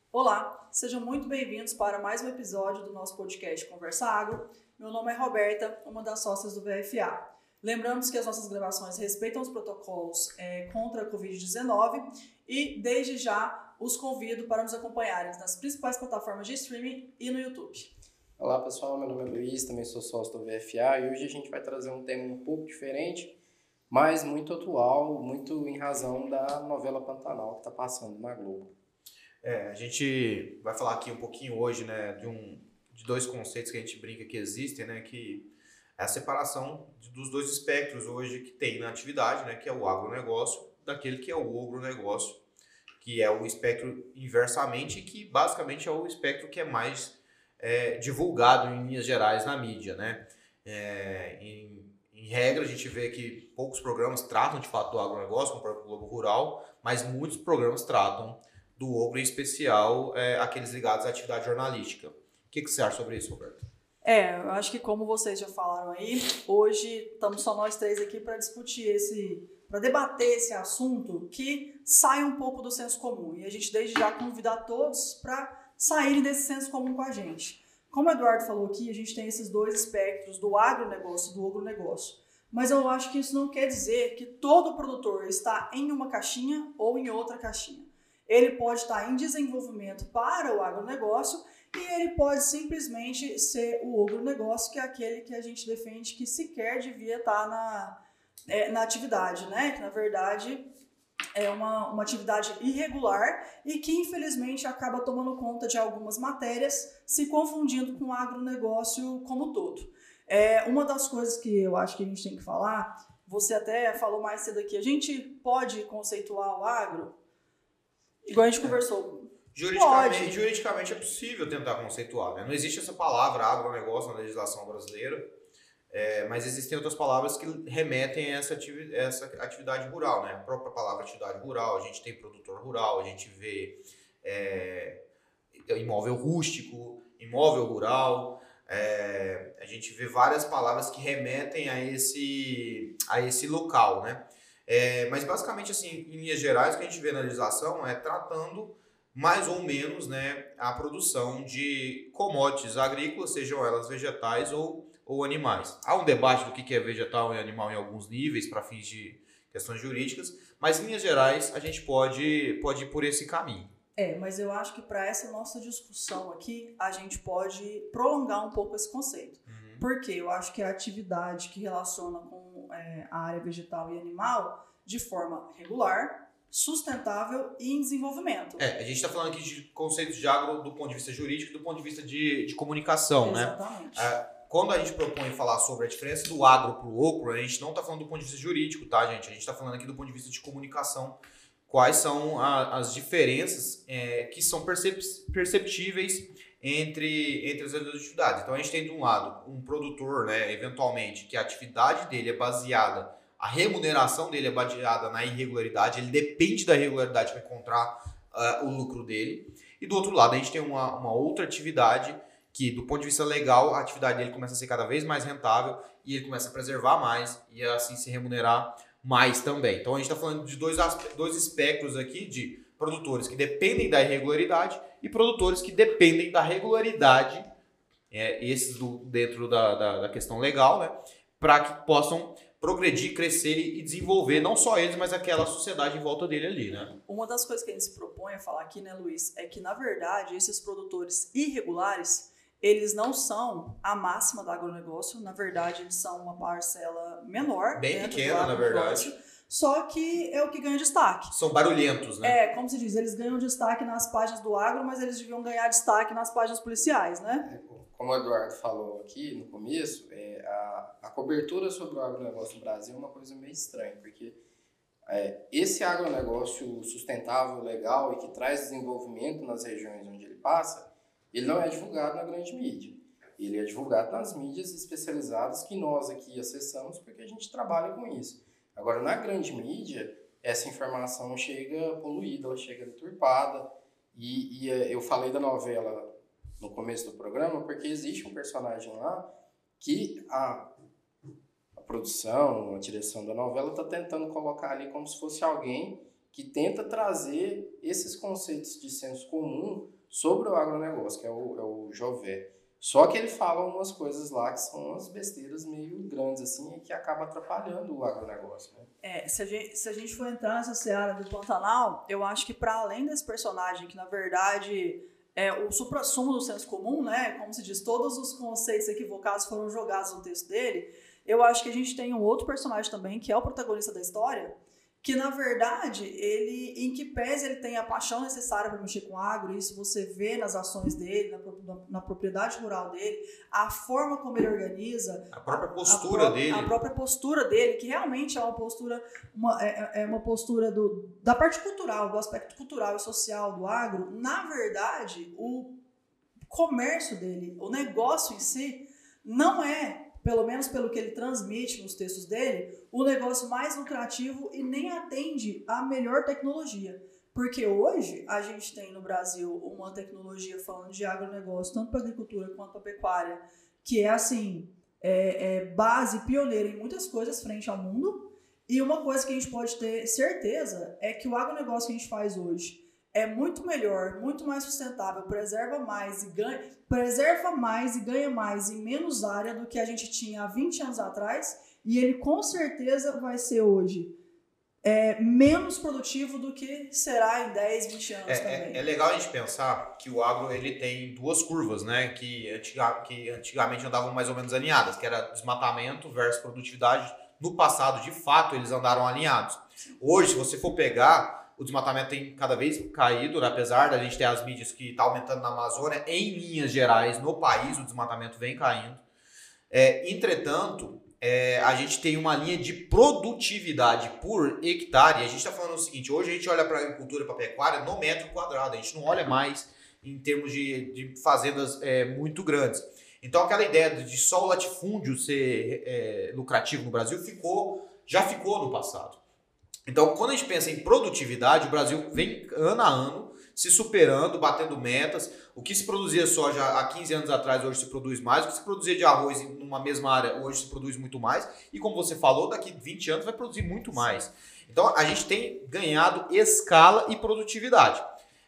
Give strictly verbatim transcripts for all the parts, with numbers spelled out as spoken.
Olá, sejam muito bem-vindos para mais um episódio do nosso podcast Conversa Agro. Meu nome é Roberta, uma das sócias do V F A. Lembramos que as nossas gravações respeitam os protocolos é, contra a covid dezenove e, desde já, os convido para nos acompanharem nas principais plataformas de streaming e no YouTube. Olá pessoal, meu nome é Luiz, também sou sócio do V F A e hoje a gente vai trazer um tema um pouco diferente, mas muito atual, muito em razão da novela Pantanal que está passando na Globo. É, a gente vai falar aqui um pouquinho hoje, né, de, um, de dois conceitos que a gente brinca que existem, né, que é a separação de, dos dois espectros hoje que tem na atividade, né, que é o agronegócio, daquele que é o ogronegócio, que é o espectro inversamente, que basicamente é o espectro que é mais é, divulgado em linhas gerais na mídia, né. É, em, em regra, a gente vê que poucos programas tratam de fato do agronegócio, como o próprio Globo Rural, mas muitos programas tratam do ogro, em especial é, aqueles ligados à atividade jornalística. O que, que você acha sobre isso, Roberto? É, eu acho que como vocês já falaram aí, hoje estamos só nós três aqui para discutir esse, para debater esse assunto que sai um pouco do senso comum. E a gente desde já convidar todos para saírem desse senso comum com a gente. Como o Eduardo falou aqui, a gente tem esses dois espectros do agronegócio e do ogronegócio. Mas eu acho que isso não quer dizer que todo produtor está em uma caixinha ou em outra caixinha. Ele pode estar em desenvolvimento para o agronegócio e ele pode simplesmente ser o ogronegócio, que é aquele que a gente defende que sequer devia estar na, é, na atividade, né? Que na verdade é uma, uma atividade irregular e que infelizmente acaba tomando conta de algumas matérias, se confundindo com o agronegócio como um todo. É, uma das coisas que eu acho que a gente tem que falar, você até falou mais cedo aqui, a gente pode conceituar o agro? Igual a gente conversou. Juridicamente, juridicamente é possível tentar conceituar, né? Não existe essa palavra agronegócio na legislação brasileira, é, mas existem outras palavras que remetem a essa, ativi- essa atividade rural, né? A própria palavra atividade rural, a gente tem produtor rural, a gente vê é, imóvel rústico, imóvel rural, é, a gente vê várias palavras que remetem a esse, a esse local, né? É, mas basicamente, assim, em linhas gerais, o que a gente vê na legislação é tratando mais ou menos, né, a produção de commodities agrícolas, sejam elas vegetais ou, ou animais. Há um debate do que é vegetal e animal em alguns níveis para fins de questões jurídicas, mas em linhas gerais a gente pode, pode ir por esse caminho. É, mas eu acho que para essa nossa discussão aqui, a gente pode prolongar um pouco esse conceito. Uhum. Porque eu acho que a atividade que relaciona com é, a área vegetal e animal de forma regular, sustentável e em desenvolvimento. É, a gente está falando aqui de conceitos de agro do ponto de vista jurídico e do ponto de vista de, de comunicação, Exatamente. né? É, quando a gente propõe falar sobre a diferença do agro para o ogro, a gente não está falando do ponto de vista jurídico, tá, gente? A gente está falando aqui do ponto de vista de comunicação. Quais são a, as diferenças é, que são percep- perceptíveis entre, entre as atividades. Então, a gente tem, de um lado, um produtor, né, eventualmente, que a atividade dele é baseada, a remuneração dele é baseada na irregularidade, ele depende da irregularidade para encontrar uh, o lucro dele. E, do outro lado, a gente tem uma, uma outra atividade que, do ponto de vista legal, a atividade dele começa a ser cada vez mais rentável e ele começa a preservar mais e, assim, se remunerar mais também. Então, a gente está falando de dois, dois espectros aqui de produtores que dependem da irregularidade e produtores que dependem da regularidade, é, esses do, dentro da, da, da questão legal, né, para que possam progredir, crescer e desenvolver, não só eles, mas aquela sociedade em volta dele ali, né? Uma das coisas que a gente se propõe a falar aqui, né, Luiz, é que, na verdade, esses produtores irregulares, eles não são a máxima do agronegócio, na verdade, eles são uma parcela menor. Bem pequena, na verdade. Só que é o que ganha destaque. São barulhentos, né? É, como se diz, eles ganham destaque nas páginas do agro, mas eles deviam ganhar destaque nas páginas policiais, né? Como o Eduardo falou aqui no começo, é, a, a cobertura sobre o agronegócio no Brasil é uma coisa meio estranha, porque é, esse agronegócio sustentável, legal e que traz desenvolvimento nas regiões onde ele passa, ele não é divulgado na grande mídia. Ele é divulgado nas mídias especializadas que nós aqui acessamos porque a gente trabalha com isso. Agora, na grande mídia, essa informação chega poluída, ela chega deturpada. E, e eu falei da novela no começo do programa porque existe um personagem lá que a, a produção, a direção da novela está tentando colocar ali como se fosse alguém que tenta trazer esses conceitos de senso comum sobre o agronegócio, que é o, é o Jové. Só que ele fala umas coisas lá que são umas besteiras meio grandes, assim, e que acaba atrapalhando o agronegócio, né? É, se a gente, se a gente for entrar nessa seara do Pantanal, eu acho que para além desse personagem, que na verdade é o suprassumo do senso comum, né? Como se diz, todos os conceitos equivocados foram jogados no texto dele, eu acho que a gente tem um outro personagem também, que é o protagonista da história, que na verdade, ele, em que pese ele tem a paixão necessária para mexer com agro, isso você vê nas ações dele, na, na, na propriedade rural dele, a forma como ele organiza, a própria postura a, a, dele, a própria postura dele, que realmente é uma postura, uma, é, é uma postura do, da parte cultural, do aspecto cultural e social do agro. Na verdade, o comércio dele, o negócio em si, não é, pelo menos pelo que ele transmite nos textos dele, o negócio mais lucrativo e nem atende à melhor tecnologia. Porque hoje a gente tem no Brasil uma tecnologia falando de agronegócio, tanto para agricultura quanto para pecuária, que é assim, é, é base pioneira em muitas coisas frente ao mundo. E uma coisa que a gente pode ter certeza é que o agronegócio que a gente faz hoje é muito melhor, muito mais sustentável, preserva mais e ganha, preserva mais e ganha mais em menos área do que a gente tinha há vinte anos atrás, e ele com certeza vai ser hoje é, menos produtivo do que será em dez, vinte anos é, também. É, é legal a gente pensar que o agro ele tem duas curvas, né, que, antiga, que antigamente andavam mais ou menos alinhadas, que era desmatamento versus produtividade. No passado, de fato, eles andaram alinhados. Hoje, se você for pegar, o desmatamento tem cada vez caído, né? Apesar da gente ter as mídias que está aumentando na Amazônia, em linhas gerais, no país, o desmatamento vem caindo. É, entretanto, é, a gente tem uma linha de produtividade por hectare. E a gente está falando o seguinte, hoje a gente olha para a agricultura e para a pecuária no metro quadrado, a gente não olha mais em termos de, de fazendas é, muito grandes. Então, aquela ideia de só o latifúndio ser é, lucrativo no Brasil ficou, já ficou no passado. Então, quando a gente pensa em produtividade, o Brasil vem ano a ano se superando, batendo metas. O que se produzia soja há quinze anos atrás, hoje se produz mais. O que se produzia de arroz numa mesma área, hoje se produz muito mais. E como você falou, daqui a vinte anos vai produzir muito mais. Então, a gente tem ganhado escala e produtividade.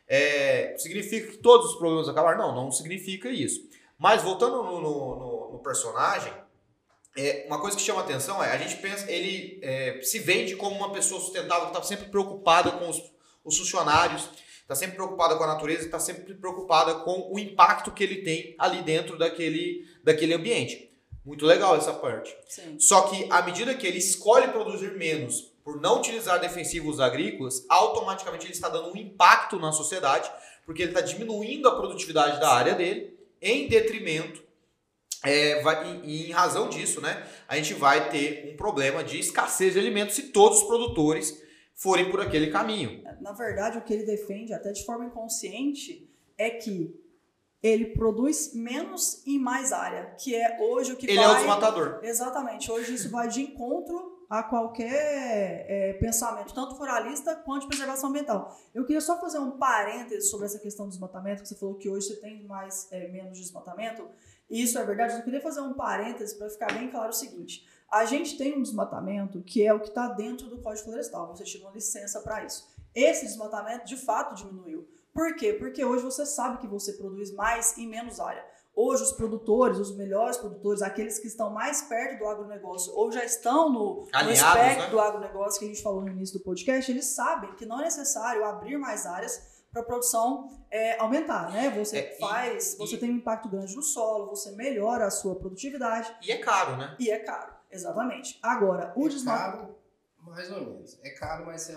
É, significa que todos os problemas acabaram? Não, não significa isso. Mas, voltando no, no, no, no personagem, É, uma coisa que chama atenção é, a gente pensa, ele é, se vende como uma pessoa sustentável que está sempre preocupada com os, os funcionários, está sempre preocupada com a natureza, está sempre preocupada com o impacto que ele tem ali dentro daquele, daquele ambiente. Muito legal essa parte. Sim. Só que à medida que ele escolhe produzir menos por não utilizar defensivos agrícolas, automaticamente ele está dando um impacto na sociedade, porque ele está diminuindo a produtividade da área dele em detrimento. É, vai, e, e em razão disso, né, a gente vai ter um problema de escassez de alimentos se todos os produtores forem por aquele caminho. Na verdade, o que ele defende, até de forma inconsciente, é que ele produz menos em mais área, que é hoje o que ele vai... é o desmatador. Exatamente. Hoje isso vai de encontro a qualquer é, pensamento, tanto foralista quanto de preservação ambiental. Eu queria só fazer um parêntese sobre essa questão do desmatamento, que você falou que hoje você tem mais, é, menos desmatamento. Isso é verdade. Eu queria fazer um parêntese para ficar bem claro o seguinte. A gente tem um desmatamento que é o que está dentro do Código Florestal. Você tira uma licença para isso. Esse desmatamento, de fato, diminuiu. Por quê? Porque hoje você sabe que você produz mais em menos área. Hoje os produtores, os melhores produtores, aqueles que estão mais perto do agronegócio ou já estão no, no espectro, né, do agronegócio que a gente falou no início do podcast, eles sabem que não é necessário abrir mais áreas para a produção é, aumentar, né? Você é, faz, e, você e, tem um impacto grande no solo, você melhora a sua produtividade. E é caro, né? E é caro, exatamente. Agora, o é desmatamento... caro, mais ou menos. É caro, mas é,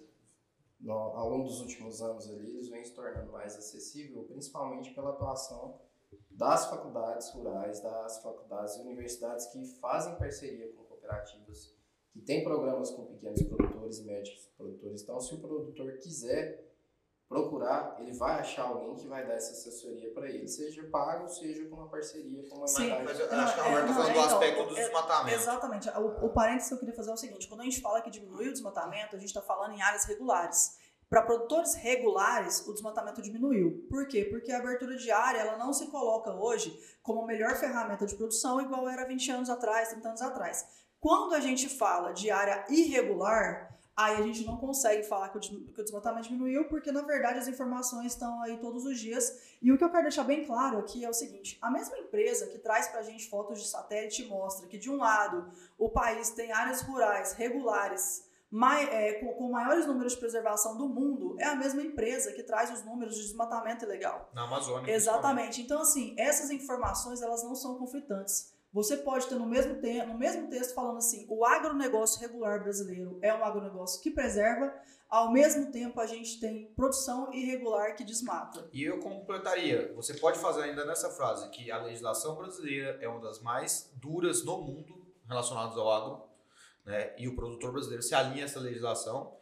no, ao longo dos últimos anos ali, eles vêm se tornando mais acessível, principalmente pela atuação das faculdades rurais, das faculdades e universidades que fazem parceria com cooperativas, que têm programas com pequenos produtores e médios produtores. Então, se o produtor quiser procurar, ele vai achar alguém que vai dar essa assessoria para ele, seja pago, seja com uma parceria com uma Sim, entidade. mas eu acho que a Roberta está falando do então, aspecto do é, desmatamento. Exatamente. O, o parênteses que eu queria fazer é o seguinte, quando a gente fala que diminuiu o desmatamento, a gente está falando em áreas regulares. Para produtores regulares, o desmatamento diminuiu. Por quê? Porque a abertura de área ela não se coloca hoje como a melhor ferramenta de produção igual era vinte anos atrás, trinta anos atrás. Quando a gente fala de área irregular, aí a gente não consegue falar que o, que o desmatamento diminuiu, porque na verdade as informações estão aí todos os dias. E o que eu quero deixar bem claro aqui é o seguinte: a mesma empresa que traz pra gente fotos de satélite mostra que de um lado o país tem áreas rurais regulares mai, é, com, com maiores números de preservação do mundo, é a mesma empresa que traz os números de desmatamento ilegal. Na Amazônia. Exatamente. Então, assim, essas informações elas não são conflitantes. Você pode ter no mesmo, te- no mesmo texto falando assim, o agronegócio regular brasileiro é um agronegócio que preserva, ao mesmo tempo a gente tem produção irregular que desmata. E eu completaria, você pode fazer ainda nessa frase que a legislação brasileira é uma das mais duras no mundo relacionadas ao agro, né? E o produtor brasileiro se alinha a essa legislação.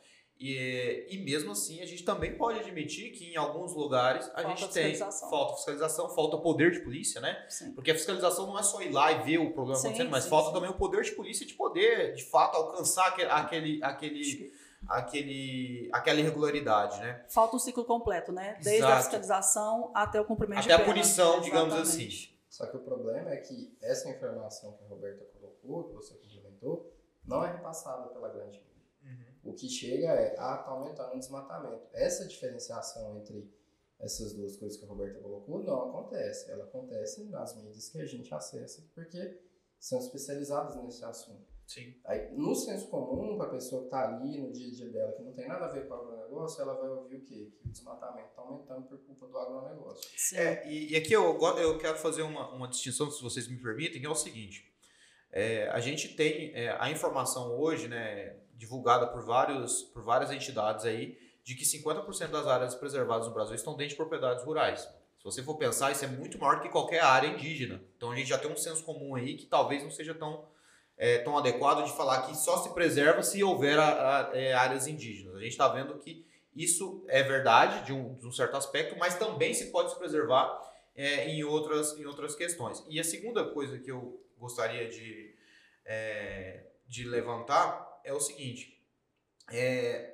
E, e mesmo assim, a gente também pode admitir que em alguns lugares a Falta gente tem fiscalização. falta fiscalização, falta poder de polícia, né? Sim. Porque a fiscalização não é só ir lá e ver o problema Sim, acontecendo, mas sim, falta sim. também o poder de polícia de poder, de fato, alcançar aquele, aquele, aquele, Acho que aquele, aquela irregularidade, né? falta o ciclo completo, né? Desde a Exato. fiscalização até o cumprimento Até de a pena. punição, digamos Exatamente. assim. Só que o problema é que essa informação que a Roberta colocou, que você complementou, não é repassada pela grande mídia. Uhum. O que chega é, ah, está aumentando o desmatamento. Essa diferenciação entre essas duas coisas que a Roberta colocou não acontece. Ela acontece nas mídias que a gente acessa, porque são especializadas nesse assunto. Sim. Aí, no senso comum, para a pessoa que está ali no dia a dia dela, que não tem nada a ver com o agronegócio, ela vai ouvir o quê? Que o desmatamento está aumentando por culpa do agronegócio. Sim. É, e, e aqui eu, go- eu quero fazer uma, uma distinção, se vocês me permitem, que é o seguinte. É, a gente tem é, a informação hoje, né, divulgada por, vários, por várias entidades aí, de que cinquenta por cento das áreas preservadas no Brasil estão dentro de propriedades rurais. Se você for pensar, isso é muito maior que qualquer área indígena. Então a gente já tem um senso comum aí que talvez não seja tão, é, tão adequado de falar que só se preserva se houver a, a, é, áreas indígenas. A gente está vendo que isso é verdade de um, de um certo aspecto, mas também se pode se preservar é, em, outras, em outras questões. E a segunda coisa que eu gostaria de, é, de levantar é o seguinte, é,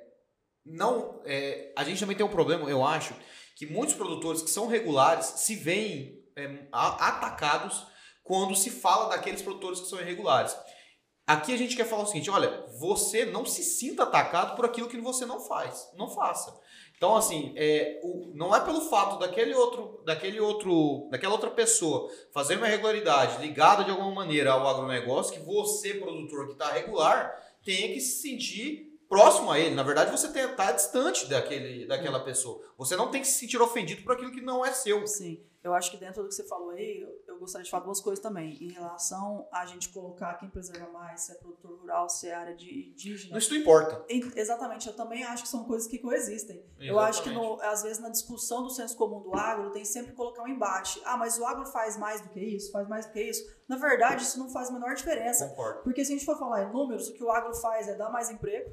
não, é, a gente também tem um problema, eu acho, que muitos produtores que são regulares se veem é, a- atacados quando se fala daqueles produtores que são irregulares. Aqui a gente quer falar o seguinte, olha, você não se sinta atacado por aquilo que você não faz, não faça. Então, assim, é, o, não é pelo fato daquele outro, daquele outro, daquela outra pessoa fazer uma irregularidade ligada de alguma maneira ao agronegócio que você, produtor que está regular, tenha que se sentir próximo a ele. Na verdade, você está distante daquele, daquela pessoa. Você não tem que se sentir ofendido por aquilo que não é seu. Sim, eu acho que dentro do que você falou aí, eu, eu gostaria de falar duas coisas também. Em relação a gente colocar quem preserva mais, se é produtor rural, se é área de indígena. Isso não importa. Em- Exatamente, eu também acho que são coisas que coexistem. Exatamente. Eu acho que, no, às vezes, na discussão do senso comum do agro, tem sempre que colocar um embate. Ah, mas o agro faz mais do que isso? Faz mais do que isso? Na verdade, isso não faz a menor diferença. Concordo. Porque se a gente for falar em números, o que o agro faz é dar mais emprego,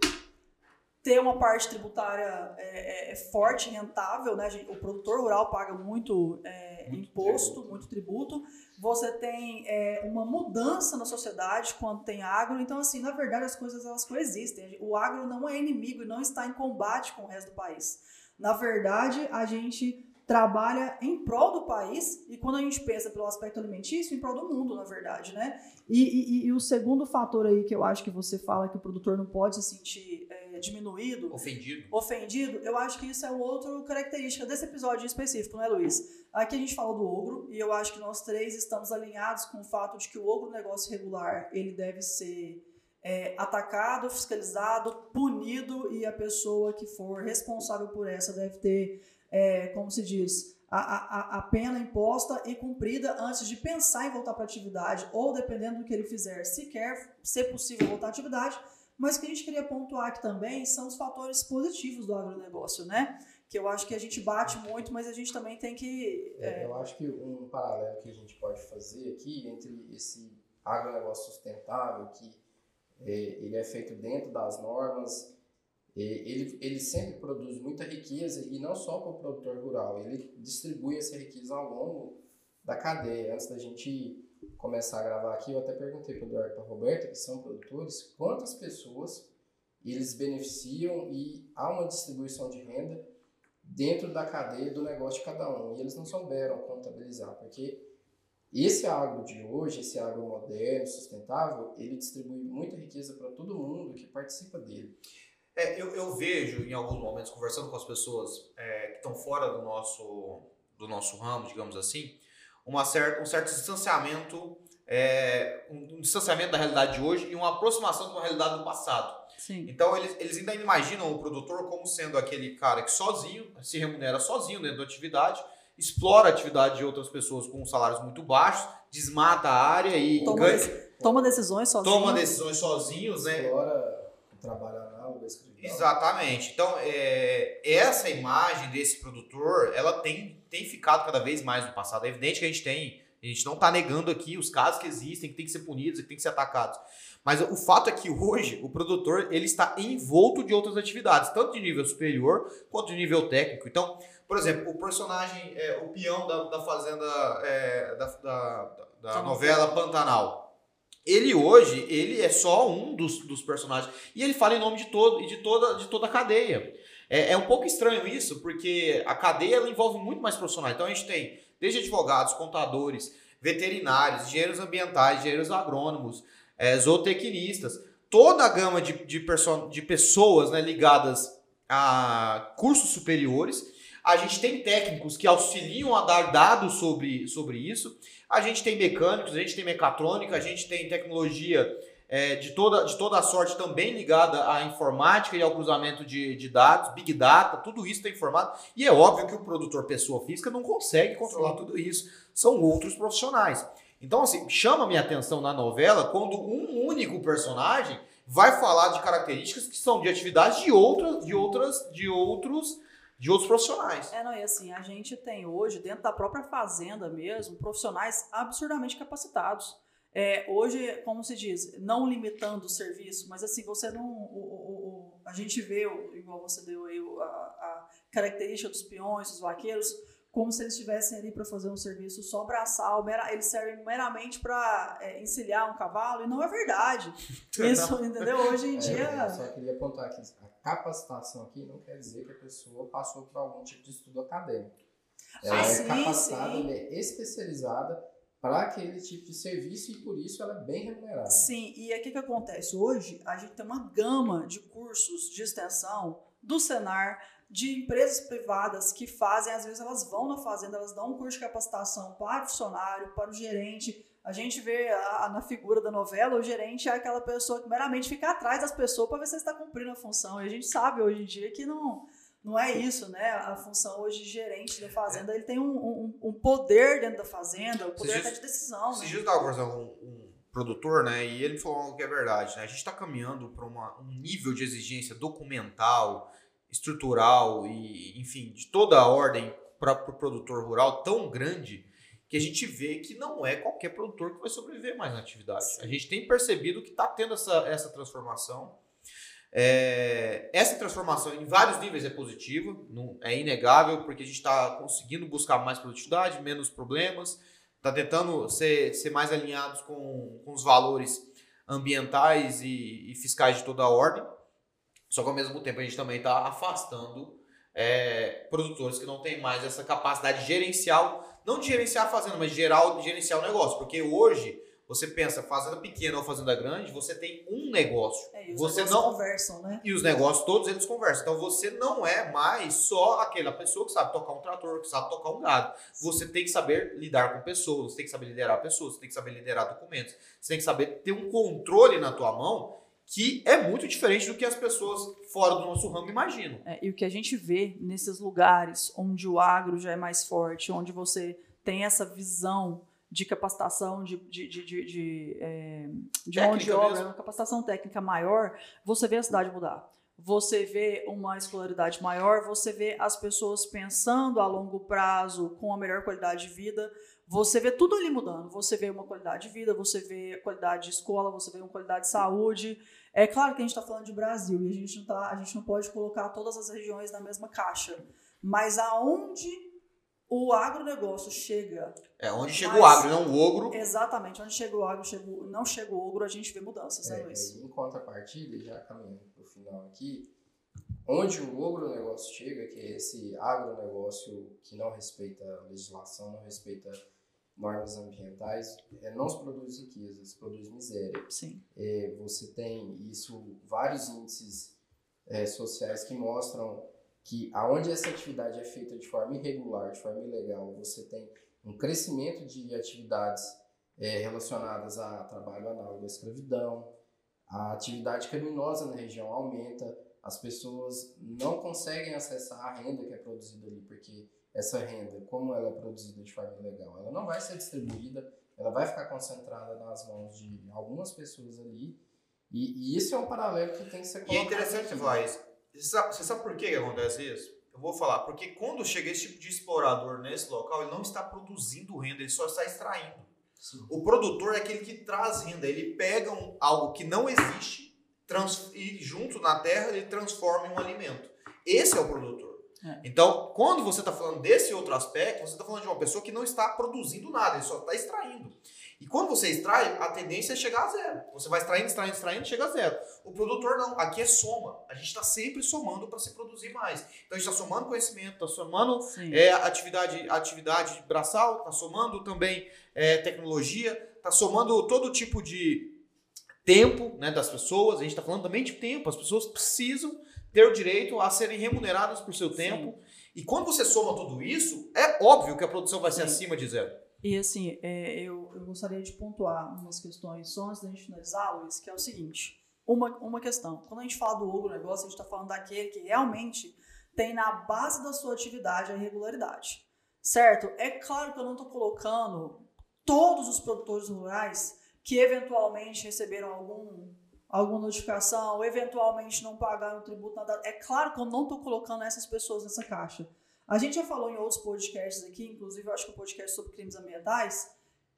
ter uma parte tributária é, é, forte, rentável, né? O produtor rural paga muito, é, Muito imposto, tributo. muito tributo. Você tem é, uma mudança na sociedade quando tem agro. Então, assim, na verdade, as coisas elas coexistem. O agro não é inimigo e não está em combate com o resto do país. Na verdade, a gente trabalha em prol do país e quando a gente pensa pelo aspecto alimentício, em prol do mundo, na verdade, né? E, e, e o segundo fator aí que eu acho que você fala que o produtor não pode se sentir é, diminuído, Ofendido. ofendido, eu acho que isso é outra característica desse episódio em específico, né, Luiz? Aqui a gente fala do ogro e eu acho que nós três estamos alinhados com o fato de que o ogro negócio regular, ele deve ser é, atacado, fiscalizado, punido e a pessoa que for responsável por essa deve ter, é, como se diz, a, a, a pena imposta e cumprida antes de pensar em voltar para a atividade ou, dependendo do que ele fizer, se quer ser possível voltar à atividade. Mas o que a gente queria pontuar aqui também são os fatores positivos do agronegócio, né? Que eu acho que a gente bate muito, mas a gente também tem que... É, É... Eu acho que um paralelo que a gente pode fazer aqui entre esse agronegócio sustentável, que é, ele é feito dentro das normas, é, ele, ele sempre produz muita riqueza, e não só para o produtor rural, ele distribui essa riqueza ao longo da cadeia. Antes da gente começar a gravar aqui, eu até perguntei para o Eduardo e para a Roberta, que são produtores, quantas pessoas eles beneficiam e há uma distribuição de renda dentro da cadeia do negócio de cada um. E eles não souberam contabilizar, porque esse agro de hoje, esse agro moderno, sustentável, ele distribui muita riqueza para todo mundo que participa dele. É, eu, eu vejo em alguns momentos, conversando com as pessoas é, que estão fora do nosso, do nosso ramo, digamos assim, uma certa, um certo distanciamento, é, um, um distanciamento da realidade de hoje e uma aproximação de uma realidade do passado. Sim. Então, eles, eles ainda imaginam o produtor como sendo aquele cara que sozinho, se remunera sozinho dentro da atividade, explora a atividade de outras pessoas com salários muito baixos, desmata a área e Toma, ganha, dec- toma decisões sozinho. toma decisões sozinhos, né? Explora trabalhar na aula, escrever. Exatamente. Então, é, essa imagem desse produtor, ela tem, tem ficado cada vez mais no passado. É evidente que a gente tem, a gente não está negando aqui os casos que existem, que tem que ser punidos, que tem que ser atacados. Mas o fato é que hoje o produtor ele está envolto de outras atividades, tanto de nível superior quanto de nível técnico. Então, por exemplo, o personagem, é, o peão da, da fazenda, é, da, da, da novela Pantanal. Ele hoje, ele é só um dos, dos personagens. E ele fala em nome de, todo, de, toda, de toda a cadeia. É, é um pouco estranho isso, porque a cadeia ela envolve muito mais profissionais. Então a gente tem desde advogados, contadores, veterinários, engenheiros ambientais, engenheiros agrônomos, é, zootecnistas. Toda a gama de, de, perso- de pessoas, né, ligadas a cursos superiores. A gente tem técnicos que auxiliam a dar dados sobre, sobre isso. A gente tem mecânicos, a gente tem mecatrônica, a gente tem tecnologia é, de, toda, de toda a sorte também ligada à informática e ao cruzamento de, de dados, Big Data, tudo isso está informado. E é óbvio que o produtor pessoa física não consegue controlar Sim. tudo isso. São outros profissionais. Então, assim, chama a minha atenção na novela quando um único personagem vai falar de características que são de atividades de outras, de outras, de outros... de outros profissionais. É, não, e assim, a gente tem hoje, dentro da própria fazenda mesmo, profissionais absurdamente capacitados. É, hoje, como se diz, não limitando o serviço, mas assim, você não... O, o, o, a gente vê, igual você deu aí, a, a característica dos peões, dos vaqueiros, como se eles estivessem ali para fazer um serviço só braçal, mera, eles servem meramente para é, encilhar um cavalo, e não é verdade. Isso, entendeu? Hoje em é, dia... Eu só queria apontar aqui, a capacitação aqui não quer dizer que a pessoa passou por algum tipo de estudo acadêmico. Ela ah, é sim, capacitada, sim. ela é especializada para aquele tipo de serviço e por isso ela é bem remunerada. Sim, e aí o que, que acontece? Hoje a gente tem uma gama de cursos de extensão do Senar, de empresas privadas que fazem, às vezes elas vão na fazenda, elas dão um curso de capacitação para o funcionário, para o gerente. A gente vê a, na figura da novela, o gerente é aquela pessoa que meramente fica atrás das pessoas para ver se você está cumprindo a função. E a gente sabe hoje em dia que não, não é isso, né? A função hoje de gerente da fazenda, ele tem um, um, um poder dentro da fazenda, o poder até de decisão. Esses né? dias eu estava conversando com um produtor, né? E ele falou algo que é verdade, né? A gente está caminhando para um nível de exigência documental, estrutural e, enfim, de toda a ordem para o pro produtor rural tão grande que a gente vê que não é qualquer produtor que vai sobreviver mais na atividade. Sim. A gente tem percebido que está tendo essa, essa transformação. É, essa transformação em vários níveis é positiva, não, é inegável, porque a gente está conseguindo buscar mais produtividade, menos problemas, está tentando ser, ser mais alinhados com, com os valores ambientais e, e fiscais de toda a ordem. Só que ao mesmo tempo a gente também está afastando é, produtores que não têm mais essa capacidade gerencial, não de gerenciar a fazenda, mas de geral, de gerenciar o negócio. Porque hoje, você pensa, fazenda pequena ou fazenda grande, você tem um negócio. É, e os você negócios não conversam, né? E os negócios, todos eles conversam. Então você não é mais só aquela pessoa que sabe tocar um trator, que sabe tocar um gado. Você tem que saber lidar com pessoas, você tem que saber liderar pessoas, você tem que saber liderar documentos, você tem que saber ter um controle na tua mão que é muito diferente do que as pessoas fora do nosso ramo imaginam. É, e o que a gente vê nesses lugares onde o agro já é mais forte, onde você tem essa visão de capacitação, de, de, de, de, de, é, de mão de obra, uma capacitação técnica maior, você vê a cidade mudar. Você vê uma escolaridade maior, você vê as pessoas pensando a longo prazo com a melhor qualidade de vida, você vê tudo ali mudando. Você vê uma qualidade de vida, você vê qualidade de escola, você vê uma qualidade de saúde. É claro que a gente está falando de Brasil e a gente, não tá, a gente não pode colocar todas as regiões na mesma caixa, mas aonde o agronegócio chega... É, onde chega mas, o agro, não o ogro. Exatamente, onde chega o agro, chega, não chega o ogro, a gente vê mudanças, né, é, Luiz? Em contrapartida, já caminhando para o final aqui, onde o agronegócio chega, que é esse agronegócio que não respeita a legislação, não respeita normas ambientais, é, não se produz riqueza, se produz miséria. Sim. É, você tem isso, vários índices é, sociais que mostram que aonde essa atividade é feita de forma irregular, de forma ilegal, você tem um crescimento de atividades é, relacionadas a trabalho análogo à escravidão, a atividade criminosa na região aumenta, as pessoas não conseguem acessar a renda que é produzida ali, porque essa renda, como ela é produzida de forma ilegal, ela não vai ser distribuída, ela vai ficar concentrada nas mãos de algumas pessoas ali, e, e isso é um paralelo que tem que ser colocado. E é interessante você falar isso. Você sabe, você sabe por que acontece isso? Eu vou falar, porque quando chega esse tipo de explorador nesse local, ele não está produzindo renda, ele só está extraindo. Sim. O produtor é aquele que traz renda, ele pega um, algo que não existe trans, e junto na terra ele transforma em um alimento. Esse é o produtor. É. Então, quando você está falando desse outro aspecto, você está falando de uma pessoa que não está produzindo nada, ele só está extraindo. E quando você extrai, a tendência é chegar a zero. Você vai extraindo, extraindo, extraindo, chega a zero. O produtor não, aqui é soma. A gente está sempre somando para se produzir mais. Então a gente está somando conhecimento, está somando é, atividade, atividade braçal, está somando também é, tecnologia, está somando todo tipo de tempo, né, das pessoas. A gente está falando também de tempo. As pessoas precisam ter o direito a serem remuneradas por seu tempo. Sim. E quando você soma tudo isso, é óbvio que a produção vai ser Sim. acima de zero. E assim, é, eu, eu gostaria de pontuar umas questões só antes da gente finalizar, Luiz, que é o seguinte. Uma, uma questão. Quando a gente fala do agronegócio, a gente está falando daquele que realmente tem na base da sua atividade a irregularidade. Certo? É claro que eu não estou colocando todos os produtores rurais que eventualmente receberam algum, alguma notificação, ou eventualmente não pagaram tributo, nada. É claro que eu não estou colocando essas pessoas nessa caixa. A gente já falou em outros podcasts aqui, inclusive eu acho que o podcast sobre crimes ambientais,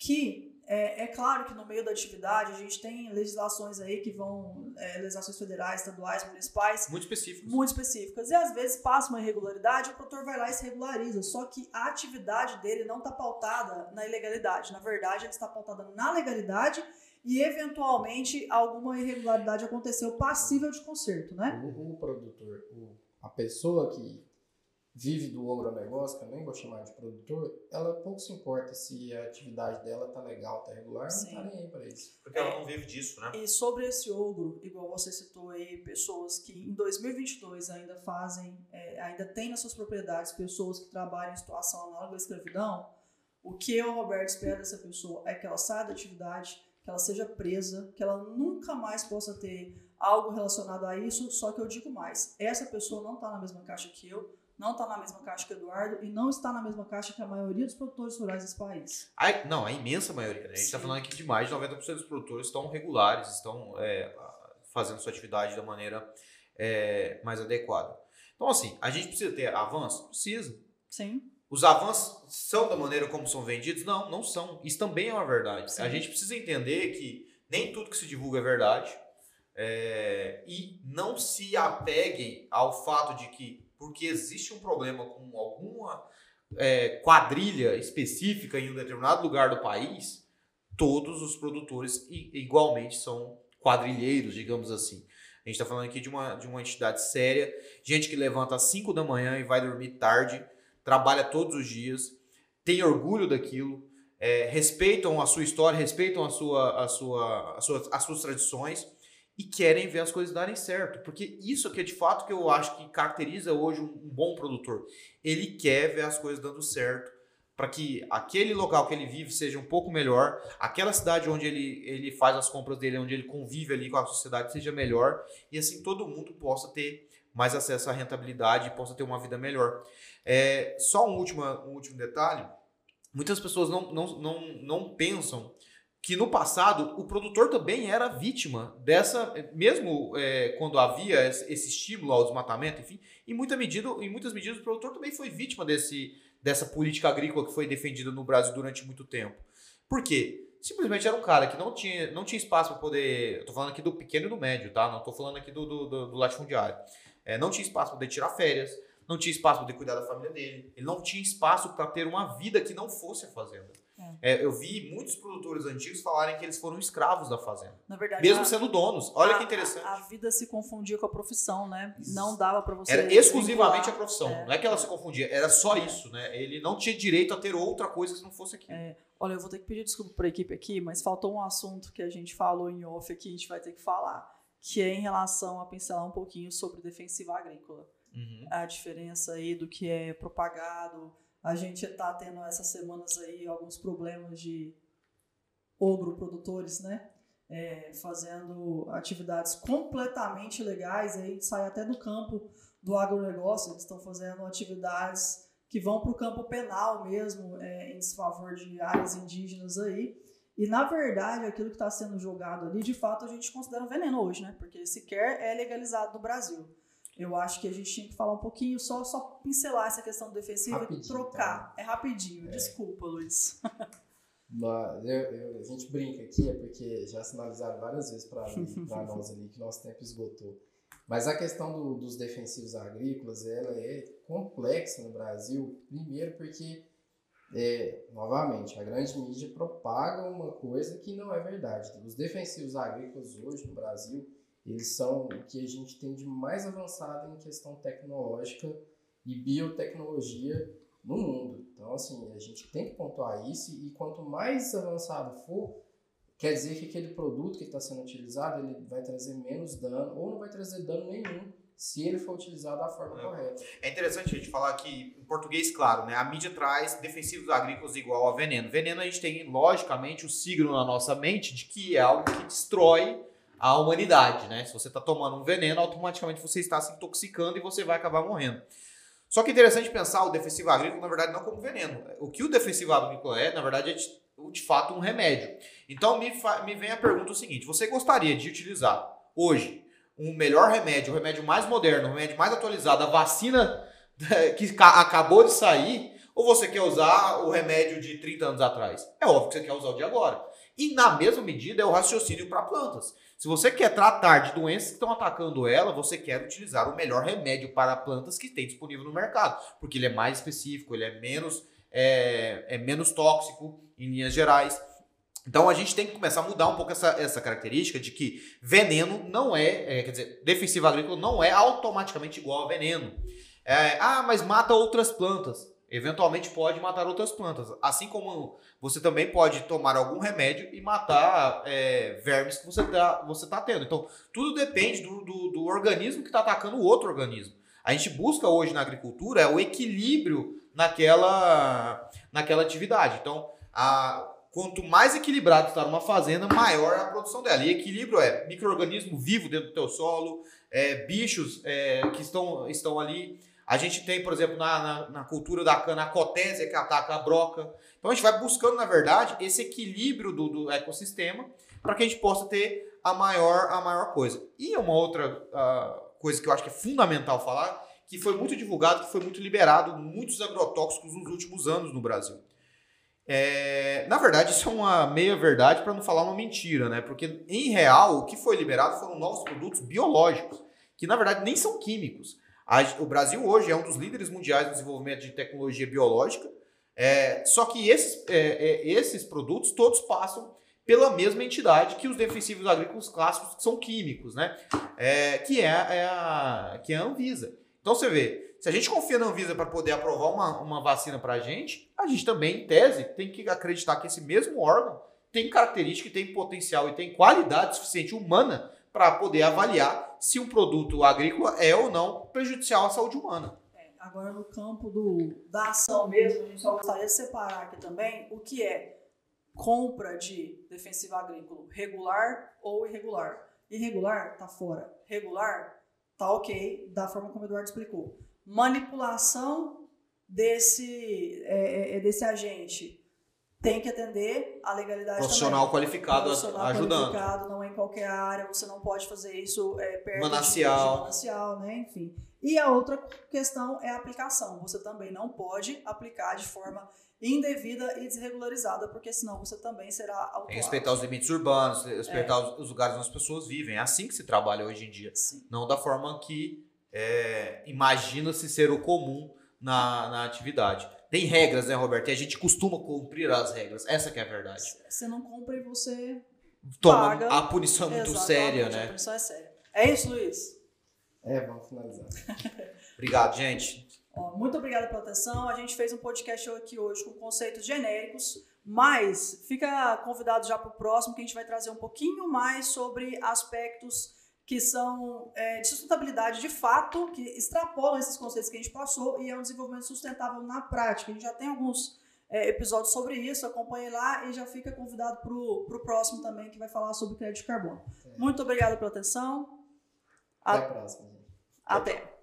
que é, é claro que no meio da atividade a gente tem legislações aí que vão, é, legislações federais, estaduais, municipais. Muito específicas. Muito específicas. E às vezes passa uma irregularidade, o produtor vai lá e se regulariza. Só que a atividade dele não está pautada na ilegalidade. Na verdade, ela está pautada na legalidade e eventualmente alguma irregularidade aconteceu passível de conserto, né? O, o produtor, o, a pessoa que vive do agronegócio, que eu nem vou chamar de produtor, ela pouco se importa se a atividade dela tá legal, tá regular, Sim. não tá nem aí para isso. Porque ela não vive disso, né? E sobre esse ogro, igual você citou aí, pessoas que em dois mil e vinte e dois ainda fazem, é, ainda tem nas suas propriedades pessoas que trabalham em situação análoga à escravidão, o que eu, Roberto, espero dessa pessoa é que ela saia da atividade, que ela seja presa, que ela nunca mais possa ter algo relacionado a isso, só que eu digo mais, essa pessoa não tá na mesma caixa que eu, não está na mesma caixa que o Eduardo e não está na mesma caixa que a maioria dos produtores rurais desse país. A, não, a imensa maioria. Né? A gente está falando aqui de mais de noventa por cento dos produtores estão regulares, estão é, fazendo sua atividade da maneira é, mais adequada. Então, assim, a gente precisa ter avanço? Precisa. Sim. Os avanços são da maneira como são vendidos? Não, não são. Isso também é uma verdade. Sim. A gente precisa entender que nem tudo que se divulga é verdade é, e não se apeguem ao fato de que porque existe um problema com alguma é, quadrilha específica em um determinado lugar do país, todos os produtores igualmente são quadrilheiros, digamos assim. A gente está falando aqui de uma, de uma entidade séria, gente que levanta às cinco da manhã e vai dormir tarde, trabalha todos os dias, tem orgulho daquilo, é, respeitam a sua história, respeitam a sua, a sua, a sua, as suas tradições, e querem ver as coisas darem certo. Porque isso que é de fato que eu acho que caracteriza hoje um, um bom produtor. Ele quer ver as coisas dando certo para que aquele local que ele vive seja um pouco melhor, aquela cidade onde ele, ele faz as compras dele, onde ele convive ali com a sociedade seja melhor e assim todo mundo possa ter mais acesso à rentabilidade e possa ter uma vida melhor. É, só um último, um último detalhe. Muitas pessoas não, não, não, não pensam que no passado o produtor também era vítima dessa, mesmo é, quando havia esse estímulo ao desmatamento, enfim, em, muita medida, em muitas medidas o produtor também foi vítima desse, dessa política agrícola que foi defendida no Brasil durante muito tempo. Por quê? Simplesmente era um cara que não tinha, não tinha espaço para poder, eu tô falando aqui do pequeno e do médio, tá? Não tô falando aqui do, do, do, do latifundiário. É, não tinha espaço para poder tirar férias, não tinha espaço para poder cuidar da família dele, ele não tinha espaço para ter uma vida que não fosse a fazenda. É. É, eu vi muitos produtores antigos falarem que eles foram escravos da fazenda. Na verdade, mesmo a, sendo donos. Olha a, que interessante. A, a vida se confundia com a profissão, né? Não dava para você... Era exclusivamente vincular. A profissão. É. Não é que ela se confundia, era só é. isso, né? Ele não tinha direito a ter outra coisa que não fosse aquilo. É. Olha, eu vou ter que pedir desculpa para a equipe aqui, mas faltou um assunto que a gente falou em off aqui, a gente vai ter que falar. que é em relação a pincelar um pouquinho sobre defensiva agrícola. Uhum. A diferença aí do que é propagado. A gente está tendo essas semanas aí alguns problemas de agroprodutores, né? É, fazendo atividades completamente legais, aí a gente sai até do campo do agronegócio, eles estão fazendo atividades que vão para o campo penal mesmo, é, em desfavor de áreas indígenas aí. E, na verdade, aquilo que está sendo jogado ali, de fato, a gente considera um veneno hoje, né? Porque sequer é legalizado no Brasil. Eu acho que a gente tinha que falar um pouquinho, só, só pincelar essa questão defensiva e trocar. Tá? É rapidinho, é. Desculpa, Luiz. Mas eu, eu, a gente brinca aqui, é porque já sinalizaram várias vezes para nós ali que nosso tempo esgotou. Mas a questão do, dos defensivos agrícolas, ela é complexa no Brasil, primeiro porque, é, novamente, a grande mídia propaga uma coisa que não é verdade. Os defensivos agrícolas hoje no Brasil, eles são o que a gente tem de mais avançado em questão tecnológica e biotecnologia no mundo. Então, assim, a gente tem que pontuar isso, e quanto mais avançado for, quer dizer que aquele produto que está sendo utilizado, ele vai trazer menos dano, ou não vai trazer dano nenhum, se ele for utilizado da forma é. correta. É interessante a gente falar que, em português, claro, né, a mídia traz defensivos agrícolas igual a veneno. Veneno, a gente tem, logicamente, o signo na nossa mente de que é algo que destrói a humanidade, né? Se você está tomando um veneno, automaticamente você está se intoxicando e você vai acabar morrendo. Só que é interessante pensar o defensivo agrícola, na verdade, não como veneno. O que o defensivo agrícola é, na verdade, é de, de fato um remédio. Então, me, fa, me vem a pergunta o seguinte: você gostaria de utilizar hoje um melhor remédio, o remédio mais moderno, o remédio mais atualizado, a vacina que acabou de sair, ou você quer usar o remédio de trinta anos atrás? É óbvio que você quer usar o de agora. E, na mesma medida, é o raciocínio para plantas. Se você quer tratar de doenças que estão atacando ela, você quer utilizar o melhor remédio para plantas que tem disponível no mercado, porque ele é mais específico, ele é menos, é, é menos tóxico em linhas gerais. Então a gente tem que começar a mudar um pouco essa, essa característica de que veneno não é, é, quer dizer, defensivo agrícola não é automaticamente igual a veneno. É, ah, mas mata outras plantas. Eventualmente pode matar outras plantas. Assim como você também pode tomar algum remédio e matar é, vermes que você está você tá tendo. Então, tudo depende do, do, do organismo que está atacando o outro organismo. A gente busca hoje na agricultura o equilíbrio naquela, naquela atividade. Então, a, quanto mais equilibrado está uma fazenda, maior é a produção dela. E equilíbrio é micro-organismo vivo dentro do teu solo, é, bichos é, que estão, estão ali. A gente tem, por exemplo, na, na, na cultura da cana, a cotésia que ataca a broca. Então a gente vai buscando, na verdade, esse equilíbrio do, do ecossistema para que a gente possa ter a maior, a maior coisa. E uma outra uh, coisa que eu acho que é fundamental falar, que foi muito divulgado, que foi muito liberado, muitos agrotóxicos nos últimos anos no Brasil. É, na verdade, isso é uma meia-verdade para não falar uma mentira, né? Porque, em real, o que foi liberado foram novos produtos biológicos, que, na verdade, nem são químicos. O Brasil hoje é um dos líderes mundiais no desenvolvimento de tecnologia biológica, é, só que esses, é, é, esses produtos todos passam pela mesma entidade que os defensivos agrícolas clássicos, que são químicos, né? É, que, é, é a, que é a Anvisa. Então você vê, se a gente confia na Anvisa para poder aprovar uma, uma vacina para a gente, a gente também, em tese, tem que acreditar que esse mesmo órgão tem característica, tem potencial e tem qualidade suficiente humana para poder avaliar se um produto agrícola é ou não prejudicial à saúde humana. É, agora, no campo do, da ação mesmo, a gente só gostaria de separar aqui também o que é compra de defensivo agrícola regular ou irregular. Irregular está fora. Regular está ok, da forma como o Eduardo explicou. Manipulação desse, é, é, desse agente tem que atender a legalidade profissional também. qualificado profissional ajudando. Qualificado, não é em qualquer área, você não pode fazer isso é, perto manancial. de manancial, né? Enfim. E a outra questão é a aplicação. Você também não pode aplicar de forma indevida e desregularizada, porque senão você também será autuado. Tem que respeitar os limites urbanos, respeitar é. os lugares onde as pessoas vivem. É assim que se trabalha hoje em dia. Sim. Não da forma que é, imagina-se ser o comum na, na atividade. Tem regras, né, Roberto? E a gente costuma cumprir as regras. Essa que é a verdade. Você não cumpre e você toma. Paga. A punição é muito Exatamente, séria, né? A punição é séria. É isso, Luiz? É, vamos finalizar. Obrigado, gente. Ó, muito obrigada pela atenção. A gente fez um podcast aqui hoje com conceitos genéricos, mas fica convidado já para o próximo, que a gente vai trazer um pouquinho mais sobre aspectos que são é, de sustentabilidade de fato, que extrapolam esses conceitos que a gente passou e é um desenvolvimento sustentável na prática. A gente já tem alguns é, episódios sobre isso, acompanhe lá e já fica convidado para o próximo também, que vai falar sobre crédito de carbono. É. Muito obrigada pela atenção. Até a próxima. Até.